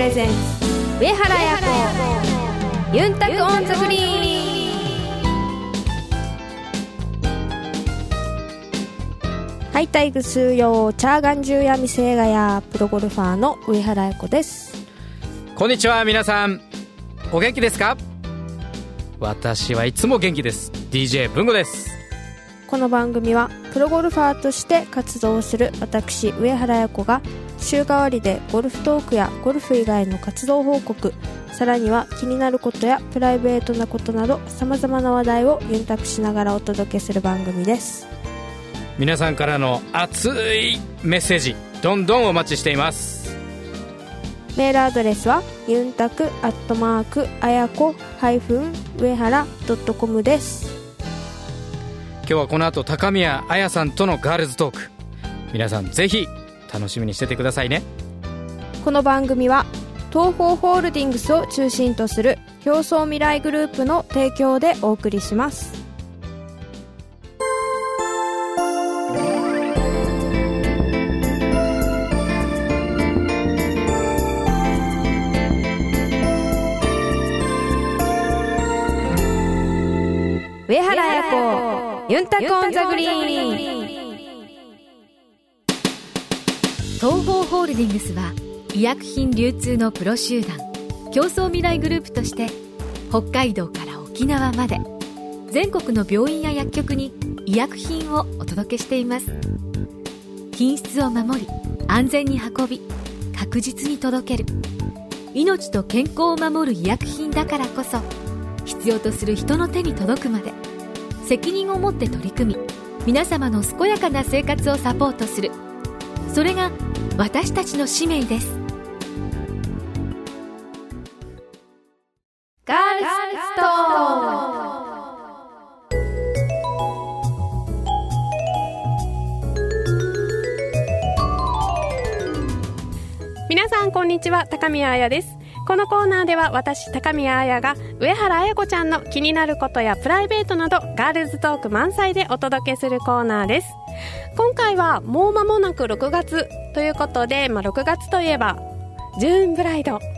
レゼンツ上原彩子ユンタクオンザグリーン。はい、タイグスーヨーチャーガンジューヤミセイガヤプロゴルファーの上原彩子です。 こんにちは、皆さんお元気ですか？私はいつも元気です。 DJ 文吾です。 この番組はプロゴルファーとして活動する私上原彩子が週替わりでゴルフトークやゴルフ以外の活動報告、さらには気になることやプライベートなことなどさまざまな話題をユンタクしながらお届けする番組です。 皆さんからの熱いメッセージどんどんお待ちしています。 メールアドレスはユンタクあやこ上原.com です。 今日はこの後高宮彩さんとのガールズトーク、皆さんぜひ楽しみにしててくださいね。 この番組は東方ホールディングスを中心とする競争未来グループの提供でお送りします。上原彩子ユンタクオンザグリーン。 東方ホールディングスは医薬品流通のプロ集団競争未来グループとして北海道から沖縄まで全国の病院や薬局に医薬品をお届けしています。品質を守り安全に運び確実に届ける、命と健康を守る医薬品だからこそ必要とする人の手に届くまで責任を持って取り組み、皆様の健やかな生活をサポートする、それが私たちの使命です。 ガールズトーク。皆さんこんにちは、高宮彩です。このコーナーでは私高宮彩が上原彩子ちゃんの気になることやプライベートなどガールズトーク満載でお届けするコーナーです。今回はもう間もなく6月ということで、6月といえばジューンブライド、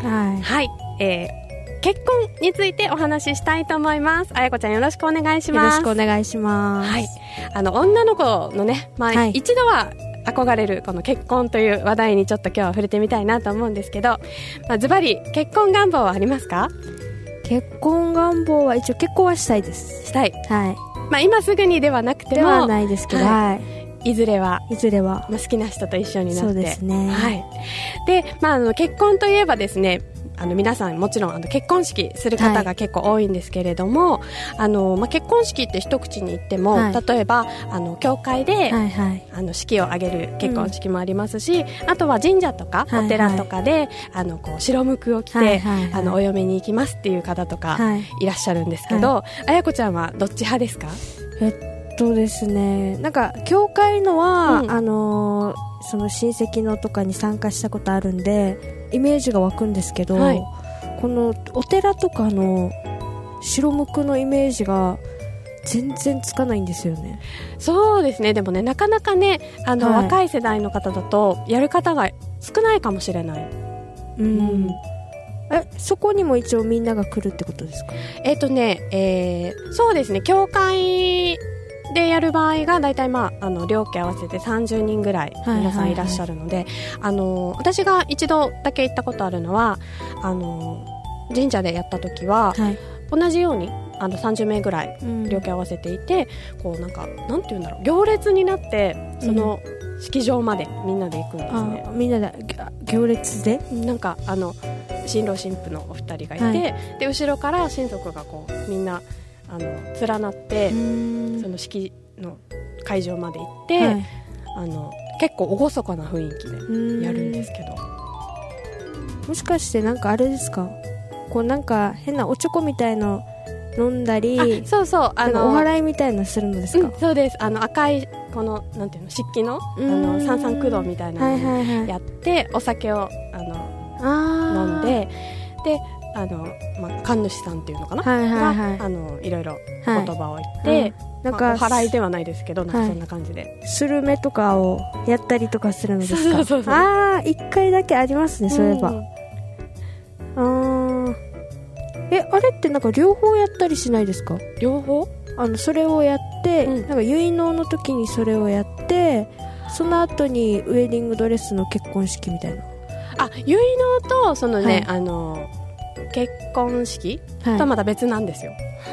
結婚についてお話ししたいと思います。彩子ちゃんよろしくお願いします。 よろしくお願いします。 女の子のね、一度は憧れるこの結婚という話題にちょっと今日は触れてみたいなと思うんですけど、ズバリ結婚願望はありますか？ 結婚願望は一応結婚はしたいです。 したい。今すぐにではなくてもではないですけど、 いずれは好きな人と一緒になって、 そうですね。 で、結婚といえばですね、皆さんもちろん結婚式する方が結構多いんですけれども、結婚式って一口に言っても、例えば教会で、式を挙げる結婚式もありますし、あとは神社とかお寺とかで、こう白むくを着て、お嫁に行きますっていう方とかいらっしゃるんですけど、彩子ちゃんはどっち派ですか？ ですね、なんか教会のは、その親戚のとかに参加したことあるんでイメージが湧くんですけど、このお寺とかの白むくのイメージが全然つかないんですよね。 そうですね。でもね、なかなかね、若い世代の方だとやる方が少ないかもしれない。 そこにも一応みんなが来るってことですか？ そうですね、教会でやる場合がだいたい両家合わせて30人ぐらい皆さんいらっしゃるので、私が一度だけ行ったことあるのは神社でやった時は、同じように30名ぐらい両家合わせていて、こうなんていうんだろう、行列になってその式場までみんなで行くんですね。 みんなで行列で新郎新婦のお二人がいて、で後ろから親族がこうみんな連なってその式の会場まで行って、結構厳かな雰囲気でやるんですけど、 もしかしてあれですか、こう変なおちょこみたいの飲んだり、 そうそう、 お祓いみたいなするのですか？ そうです。赤いこのなんていうの、漆器の三々九度みたいなのをやって、お酒を飲んで、で神主さんっていうのかな、いろいろ言葉を言って、お祓いではないですけど、そんな感じでスルメとかをやったりとかするのですか？ そう 1回だけありますね、そういえば。 あれってなんか両方やったりしないですか？ 両方それをやって、 うんなんか結納の時にそれをやってその後にウェディングドレスの結婚式みたいな。 結納とそのね、 はい結婚式はいとはまた別なんですよ。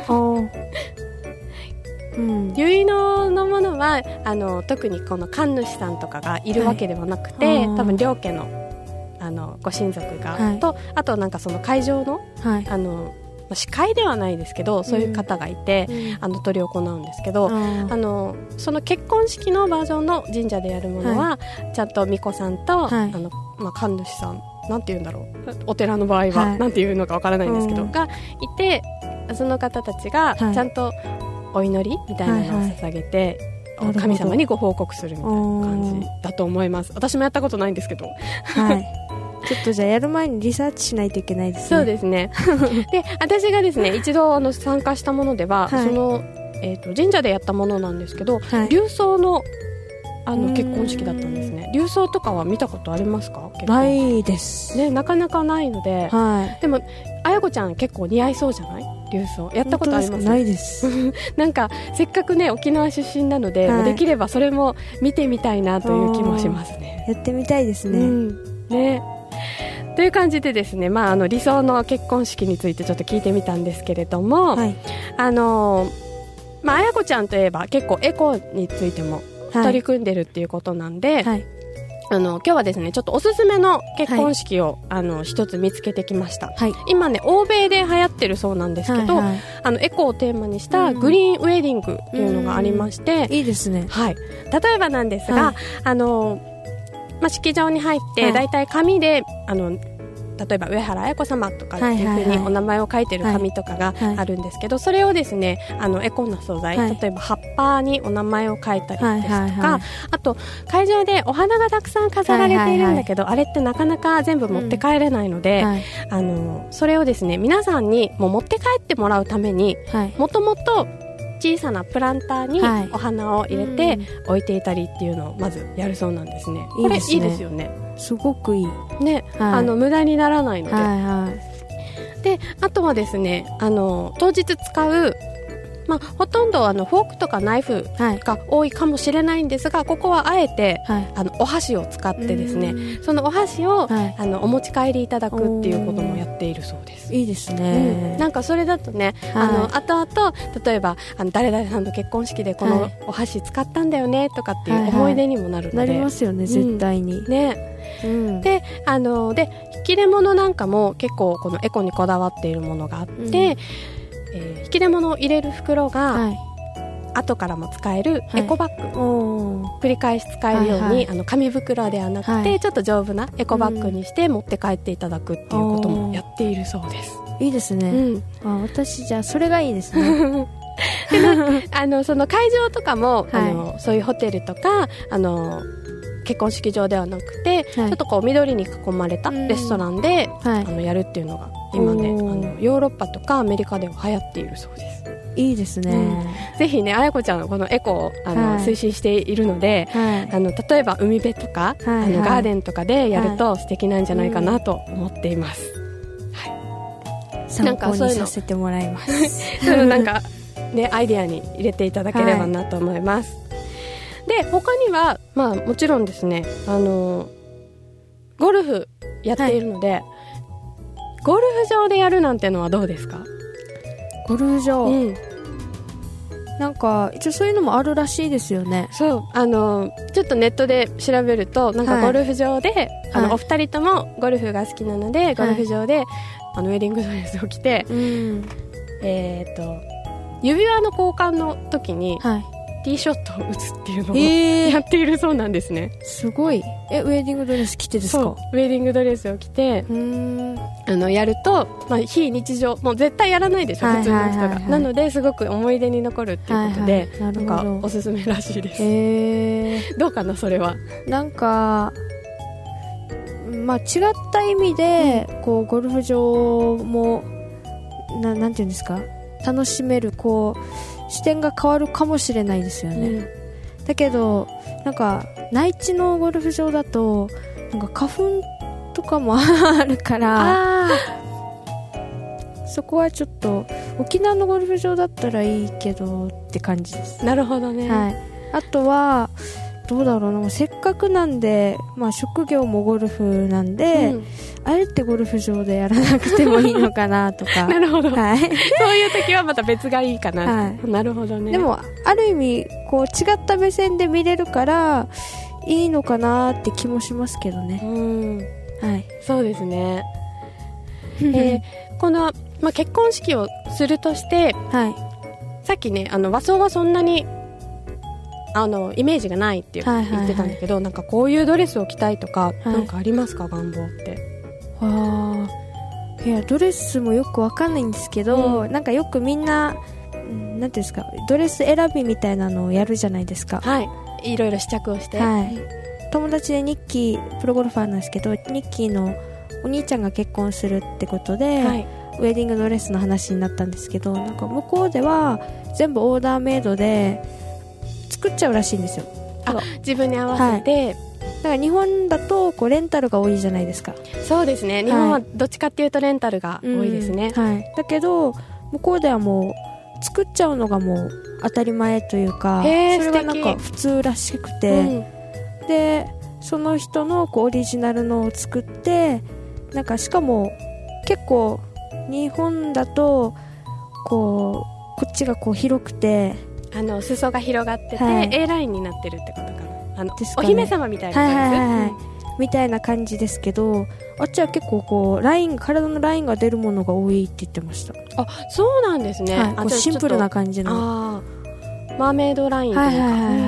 うん、 結納のものは特にこの神主さんとかがいるわけではなくて、 はい多分両家のご親族が、 はいとあとなんかその会場のはい司会ではないですけどそういう方がいて、執り行うんですけど、その結婚式のバージョンの神社でやるものは、ちゃんと巫女さんと、 はい神主さんなんて言うんだろう、お寺の場合は、 はいなんて言うのかわからないんですけど、がいて、その方たちがちはいゃんとお祈りみたいなのを捧げて、 はいはい神様にご報告するみたいな感じだと思います。私もやったことないんですけど。 はいちょっとじゃあやる前にリサーチしないといけないですね。 そうですねで私がですね一度参加したものでは、 はいその、神社でやったものなんですけど、 はい琉装の結婚式だったんですね。琉装とかは見たことありますか？結婚ないです、 ね、なかなかないので、 はいでもあやこちゃん結構似合いそうじゃない？琉装やったことあります？ ないですなんかせっかくね沖縄出身なので、 はいできればそれも見てみたいなという気もしますね。 やってみたいですね、 ねという感じでですね、理想の結婚式についてちょっと聞いてみたんですけれども、 はいあやこちゃんといえば結構エコについてもはい取り組んでるっていうことなんで、 はい今日はですねちょっとおすすめの結婚式を、一つ見つけてきました。 はい今ね欧米で流行ってるそうなんですけど、 はいはいエコをテーマにしたグリーンウェディングっていうのがありまして、 いいですね。 はい、例えばなんですが、式場に入って、 はい、 だいたい紙で例えば上原綾子様とかっていうふうにお名前を書いてる紙とかがあるんですけど、それをですねエコな素材、例えば葉っぱにお名前を書いたりですとか、あと会場でお花がたくさん飾られているんだけど、あれってなかなか全部持って帰れないので、それをですね皆さんにもう持って帰ってもらうために、もともと小さなプランターにお花を入れて置いていたりっていうのをまずやるそうなんですね。これいいですよね。 すごくいいね、無駄にならないので、であとはですね当日使う、ほとんどフォークとかナイフが多いかもしれないんですが、ここはあえて、お箸を使ってですねそのお箸を、お持ち帰りいただくっていうこともやっているそうです。 いいですね、 なんかそれだとね、後々例えば誰々さんの結婚式でこのお箸使ったんだよねとかっていう思い出にもなるので、 なりますよね絶対に、 で引き出物なんかも結構このエコにこだわっているものがあって、引き出物を入れる袋が、後からも使えるエコバッグ、繰り返し使えるように、紙袋ではなくて、ちょっと丈夫なエコバッグにして持って帰っていただくっていうこともやっているそうです。 いいですね、私じゃあそれがいいですねでその会場とかも、そういうホテルとか結婚式場ではなくて、ちょっとこう緑に囲まれたレストランで、やるっていうのが今ねヨーロッパとかアメリカでは流行っているそうです。 いいですね、 ぜひねあやこちゃんこのエコを推進しているので、例えば海辺とか、ガーデンとかでやると素敵なんじゃないかなと思っています、 参考にさせてもらいますそういうのなんかねアイデアに入れていただければなと思います、で他には、もちろんですねゴルフやっているので、ゴルフ場でやるなんてのはどうですか？ ゴルフ場、なんか一応そういうのもあるらしいですよね。 そうちょっとネットで調べるとなんかゴルフ場で、お二人ともゴルフが好きなので、ゴルフ場でウェディングドレスを着て、指輪の交換の時に、ティーショットを打つっていうのを、やっているそうなんですね。 すごい。ウェディングドレス着てですか？ そう、ウェディングドレスを着てやると、非日常もう絶対やらないでしょ、普通の人が。なのですごく思い出に残るっていうことで、なんかおすすめらしいです。どうかなそれは。 なんか違った意味で、こうゴルフ場もなんていうんですか、楽しめる視点が変わるかもしれないですよね、だけどなんか内地のゴルフ場だとなんか花粉とかもあるから、 そこはちょっと沖縄のゴルフ場だったらいいけどって感じです。 なるほどね。 はい、あとはどうだろうな、せっかくなんで、職業もゴルフなんで、あえてゴルフ場でやらなくてもいいのかなとかなるほど、 はい、 そういう時はまた別がいいかな、はい、なるほどね。 でもある意味こう違った目線で見れるからいいのかなって気もしますけどね。 はい、そうですね。この、結婚式をするとして、はい、さっきね和装はそんなにイメージがないって言ってたんだけど、なんかこういうドレスを着たいとか、なんかありますか、願望って。 いやドレスもよくわかんないんですけど、なんかよくみんななんていうんですか、ドレス選びみたいなのをやるじゃないですか。 はい、いろいろ試着をして、 はい、友達でニッキープロゴルファーなんですけど、ニッキーのお兄ちゃんが結婚するってことで、はい、ウェディングドレスの話になったんですけど、なんか向こうでは全部オーダーメイドで作っちゃうらしいんですよ。 自分に合わせて、はい、 だから日本だとこうレンタルが多いじゃないですか。 そうですね、日本はどっちかっていうとレンタルが多いですね、 はい、だけど向こうではもう作っちゃうのがもう当たり前というか、それがなんか普通らしくて、でその人のこうオリジナルのを作って、なんかしかも結構日本だとこっちがこう広くて裾が広がってて、 はい、 A ラインになってるってことかな、 ですかね、 お姫様みたいな感じ、 みたいな感じですけど、あっちは結構こう体のラインが出るものが多いって言ってました。 そうなんですね、 はい、シンプルな感じのマーメイドラインというか、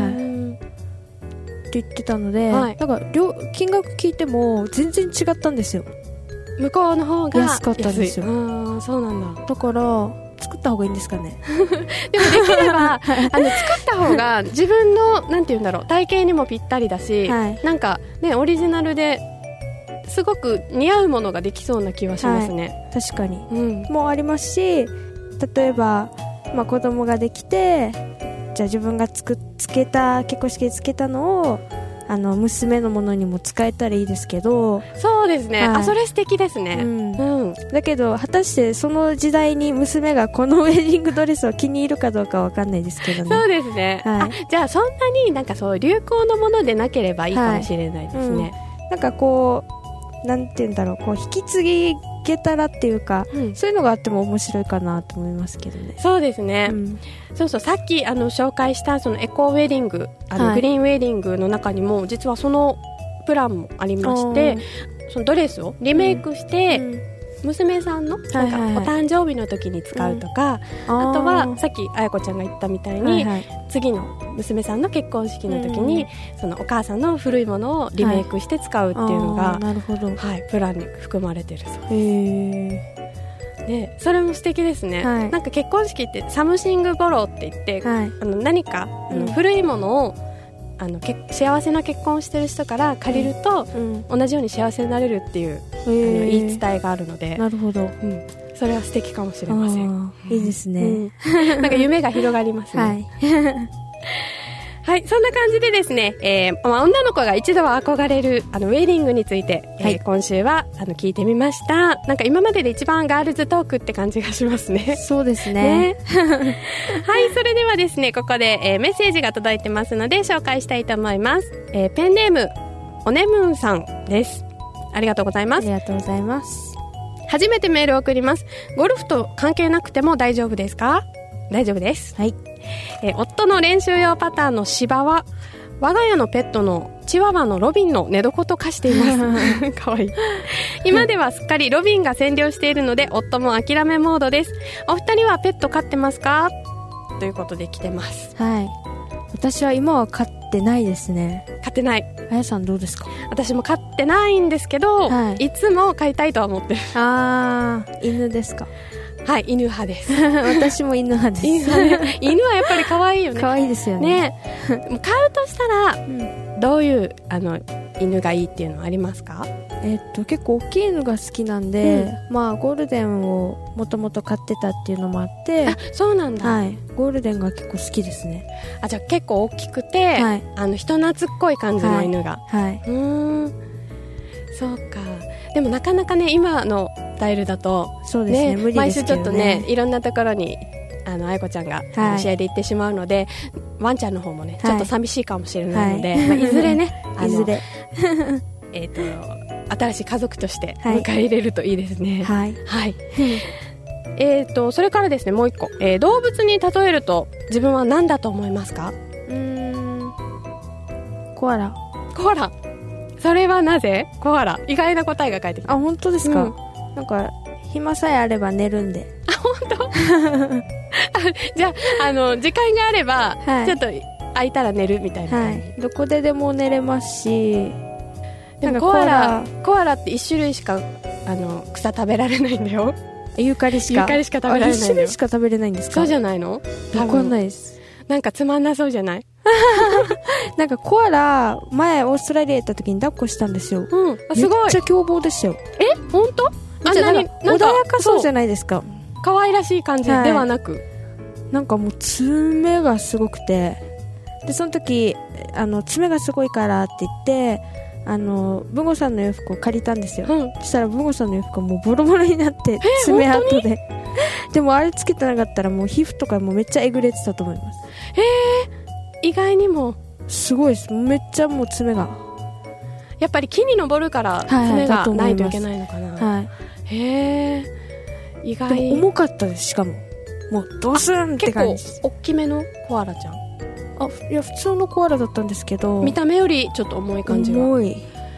って言ってたので、なんか金額聞いても全然違ったんですよ。 向こうの方が安かったんですよ。 そうなんだ。 だから作った方がいいんですかね。 でもできれば作った方が自分のなんていうんだろう、体型にもぴったりだし、なんかねオリジナルですごく似合うものができそうな気はしますね、 確かに、もうありますし、例えば、子供ができて、じゃあ自分が結婚式でつけたのを娘のものにも使えたらいいですけど。 そうですね、それ素敵ですね、 だけど果たしてその時代に娘がこのウェディングドレスを気に入るかどうかわかんないですけどね。 そうですね、じゃあそんなになんかそう流行のものでなければいいかもしれないですね、なんかこうなんていうんだろう、こう引き継ぎけたらっていうか、そういうのがあっても面白いかなと思いますけどね。 そうですね、そうさっき紹介したそのエコーウェディンググリーンウェディングの中にも実はそのプランもありまして、そのドレスをリメイクして、娘さんのなんかお誕生日の時に使うとか、あとはさっきあやこちゃんが言ったみたいに、次の娘さんの結婚式の時に、そのお母さんの古いものをリメイクして使うっていうのが、 なるほど、 プランに含まれてるそうです。でそれも素敵ですね、なんか結婚式ってサムシングボローって言って、何か古いものを幸せな結婚をしてる人から借りると、同じように幸せになれるっていう言い伝えがあるので、 なるほど、 それは素敵かもしれません。 いいですね、 なんか夢が広がりますね。はい、そんな感じでですね、女の子が一度は憧れるウェディングについて、今週は聞いてみました。なんか今までで一番ガールズトークって感じがしますね。 そうですね。 はい、それではですね、ここで、メッセージが届いてますので紹介したいと思います。ペンネームおねむんさんです。ありがとうございます。 ありがとうございます。 初めてメールを送ります。ゴルフと関係なくても大丈夫ですか？大丈夫です。 はい。 夫の練習用パターの芝は我が家のペットのチワワのロビンの寝床と化していますかわいい。今ではすっかりロビンが占領しているので夫も諦めモードです。お二人はペット飼ってますか？ということで来てます。 はい、私は今は飼ってないですね。 飼ってない。 あやさんどうですか？ 私も飼ってないんですけど、いつも飼いたいとは思ってる。 犬ですか？ はい、犬派です。 私も犬派です。犬はやっぱり可愛いよね。 可愛いですよね。 飼うとしたら、どういう犬がいいっていうのはありますか？ 結構大きい犬が好きなんで、ゴールデンをもともと飼ってたっていうのもあって。 そうなんだ。 はい、ゴールデンが結構好きですね。 じゃあ結構大きくて、人懐っこい感じの犬が。そうか。でもなかなかね、今のタイルだとそうですね、無理ですけどね。 毎週ちょっとねいろんなところにあやこちゃんが、試合で行ってしまうので、ワンちゃんの方もねちょっと寂しいかもしれないので、いずれねいずれ新しい家族として迎え入れるといいですね。 はい、 はいそれからですね、もう一個、動物に例えると自分は何だと思いますか？ コアラ。 コアラ。それはなぜ？コアラ。意外な答えが返ってきた。 あ、本当ですか？なんか暇さえあれば寝るんで。 あ、本当？じゃあ時間があれば、ちょっと空いたら寝るみたいな、 どこででも寝れますし。 でもコアラって1種類しか草食べられないんだよ。 ユーカリしか食べられないんだよ。1種類しか食べれないんですか？ そうじゃないの？ わかんないです。 なんかつまんなそうじゃない？ なんかコアラ前オーストラリア行った時に抱っこしたんですよ。すごい。めっちゃ凶暴でしたよ。 本当？ あんなに穏やかそうじゃないですか。 可愛らしい感じではなく、 なんかもう爪がすごくて、でその時爪がすごいからって言って文吾さんの洋服を借りたんですよ。そしたら文吾さんの洋服がもうボロボロになって爪痕ででもあれつけてなかったらもう皮膚とかもめっちゃえぐれてたと思います。 意外にもすごいです。めっちゃもう爪がやっぱり木に登るから爪がないといけないのかな。意外。 重かったです。しかももうドスンって感じ。 結構大きめのコアラちゃん？ いや普通のコアラだったんですけど、 見た目よりちょっと重い感じが。 重い。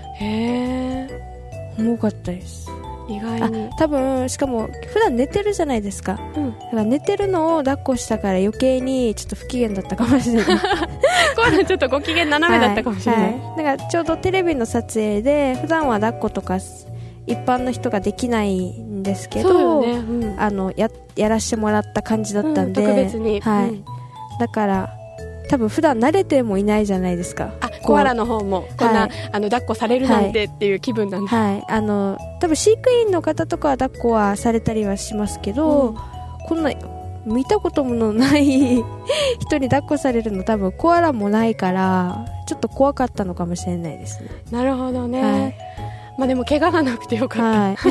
重かったです。 意外に。 多分しかも普段寝てるじゃないですか、だから寝てるのを抱っこしたから余計にちょっと不機嫌だったかもしれないコアラちょっとご機嫌斜めだったかもしれない、 だからちょうどテレビの撮影で普段は抱っことか一般の人ができないんですけど、やらしてもらった感じだったんで、 特別に、 だから多分普段慣れてもいないじゃないですか。 コアラの方もこんな、抱っこされるなんてっていう気分なんで、 多分飼育員の方とかは抱っこはされたりはしますけど、こんな見たこともない人に抱っこされるの多分コアラもないからちょっと怖かったのかもしれないですね。 なるほどね、でも怪我がなくてよかった、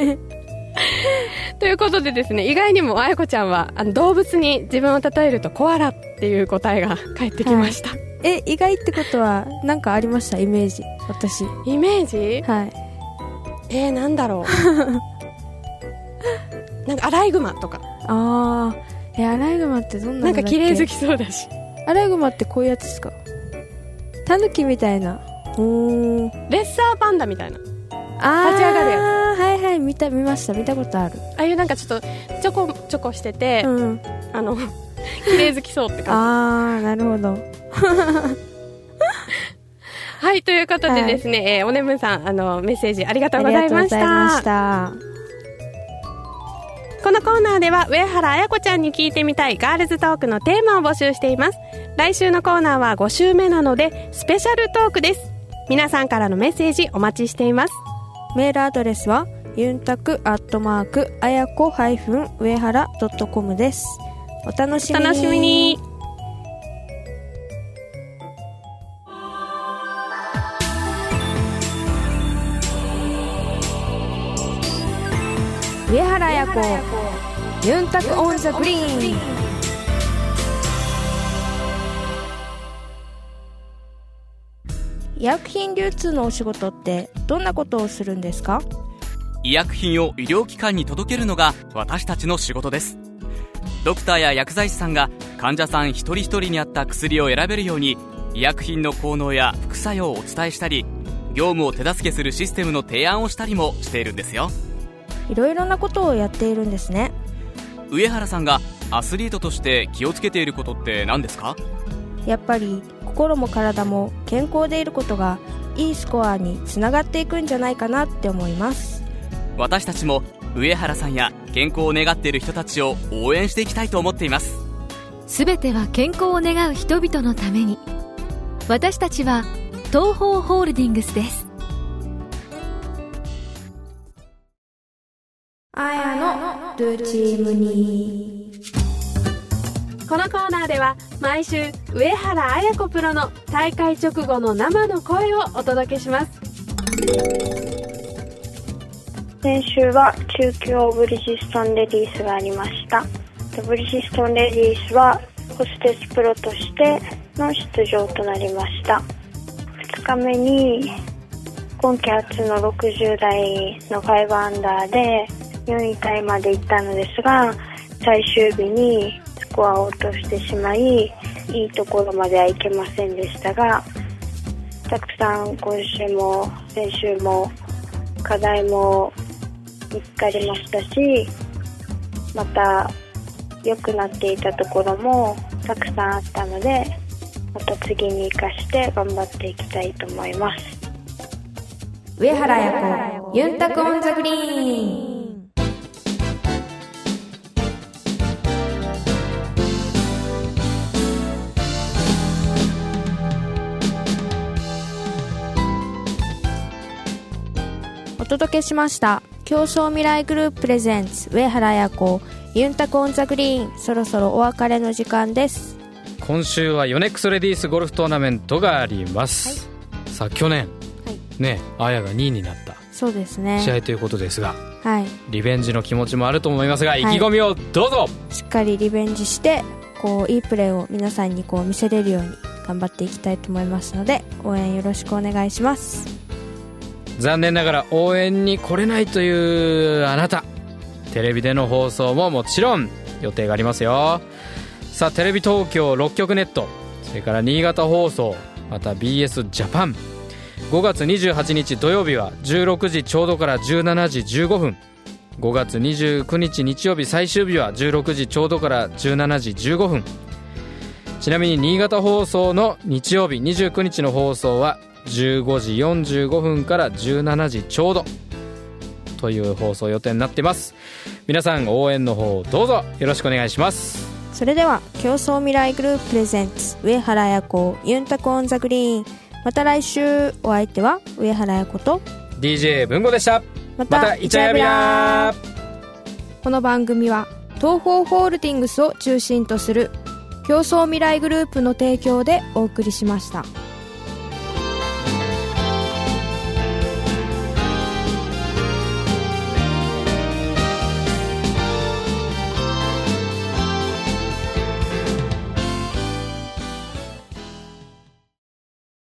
ということでですね、意外にもあやこちゃんは動物に自分を例えるとコアラっていう答えが返ってきました、 意外ってことは何かありました？イメージ。私イメージ？なんだろうなんかアライグマとか。 アライグマってどんなのだっけ？ なんか綺麗好きそうだし。 アライグマってこういうやつですか？タヌキみたいな。 レッサーパンダみたいな立ち上がるやつ。 見ました。見たことある。 ああいうなんかちょっとちょこちょこしてて、綺麗好きそうって感じ。 なるほどはい、ということでですね、おねむさんメッセージありがとうございました。このコーナーでは上原彩子ちゃんに聞いてみたいガールズトークのテーマを募集しています。来週のコーナーは5週目なのでスペシャルトークです。皆さんからのメッセージお待ちしています。 メールアドレスはユンタク@あやこ上原.com です。お楽しみに。上原彩子ユンタクオンザグリーン。医薬品流通のお仕事ってどんなことをするんですか？ 医薬品を医療機関に届けるのが私たちの仕事です。ドクターや薬剤師さんが患者さん一人一人に合った薬を選べるように医薬品の効能や副作用をお伝えしたり、業務を手助けするシステムの提案をしたりもしているんですよ。 いろいろなことをやっているんですね。 上原さんがアスリートとして気をつけていることって何ですか？ やっぱり心も体も健康でいることがいいスコアにつながっていくんじゃないかなって思います。 私たちも上原さんや健康を願っている人たちを応援していきたいと思っています。 すべては健康を願う人々のために。私たちは東方ホールディングスです。 あやのルチームに。 このコーナーでは毎週上原彩子プロの大会直後の生の声をお届けします。 先週は中京ブリヂストンレディースがありました。ブリヂストンレディースはホステスプロとしての出場となりました。2日目に今季初の60代の5アンダーで4位タイまで行ったのですが、最終日にスコアを落としてしまい、いいところまではいけませんでしたが、たくさん今週も先週も課題も見つかりましたし、また良くなっていたところもたくさんあったので、また次に生かして頑張っていきたいと思います。 上原彩子ユンタクオンザグリーン。お届けしました競争未来グループプレゼンツ上原彩子ユンタクオンザグリーン。そろそろお別れの時間です。 今週はヨネックスレディースゴルフトーナメントがあります、はい、さあ去年、ね、あやが2位になったそうですね試合ということですが、 はい、 リベンジの気持ちもあると思いますが、意気込みをどうぞ。 しっかりリベンジしていいプレーを皆さんに見せれるように頑張っていきたいと思いますので、応援よろしくお願いします。 残念ながら応援に来れないというあなた、テレビでの放送ももちろん予定がありますよ。さあテレビ東京6局ネット、それから新潟放送、また BS ジャパン、5月28日土曜日は16時ちょうどから17時15分、5月29日日曜日最終日は16時ちょうどから17時15分。ちなみに新潟放送の日曜日29日の放送は15時45分から17時ちょうどという放送予定になっています。皆さん応援の方どうぞよろしくお願いします。 それでは競争未来グループプレゼンツ上原彩子ユンタクオンザグリーン、また来週。お相手は上原彩子と DJ 文吾でした。またイチャヤビラ。 この番組は東方ホールディングスを中心とする競争未来グループの提供でお送りしました。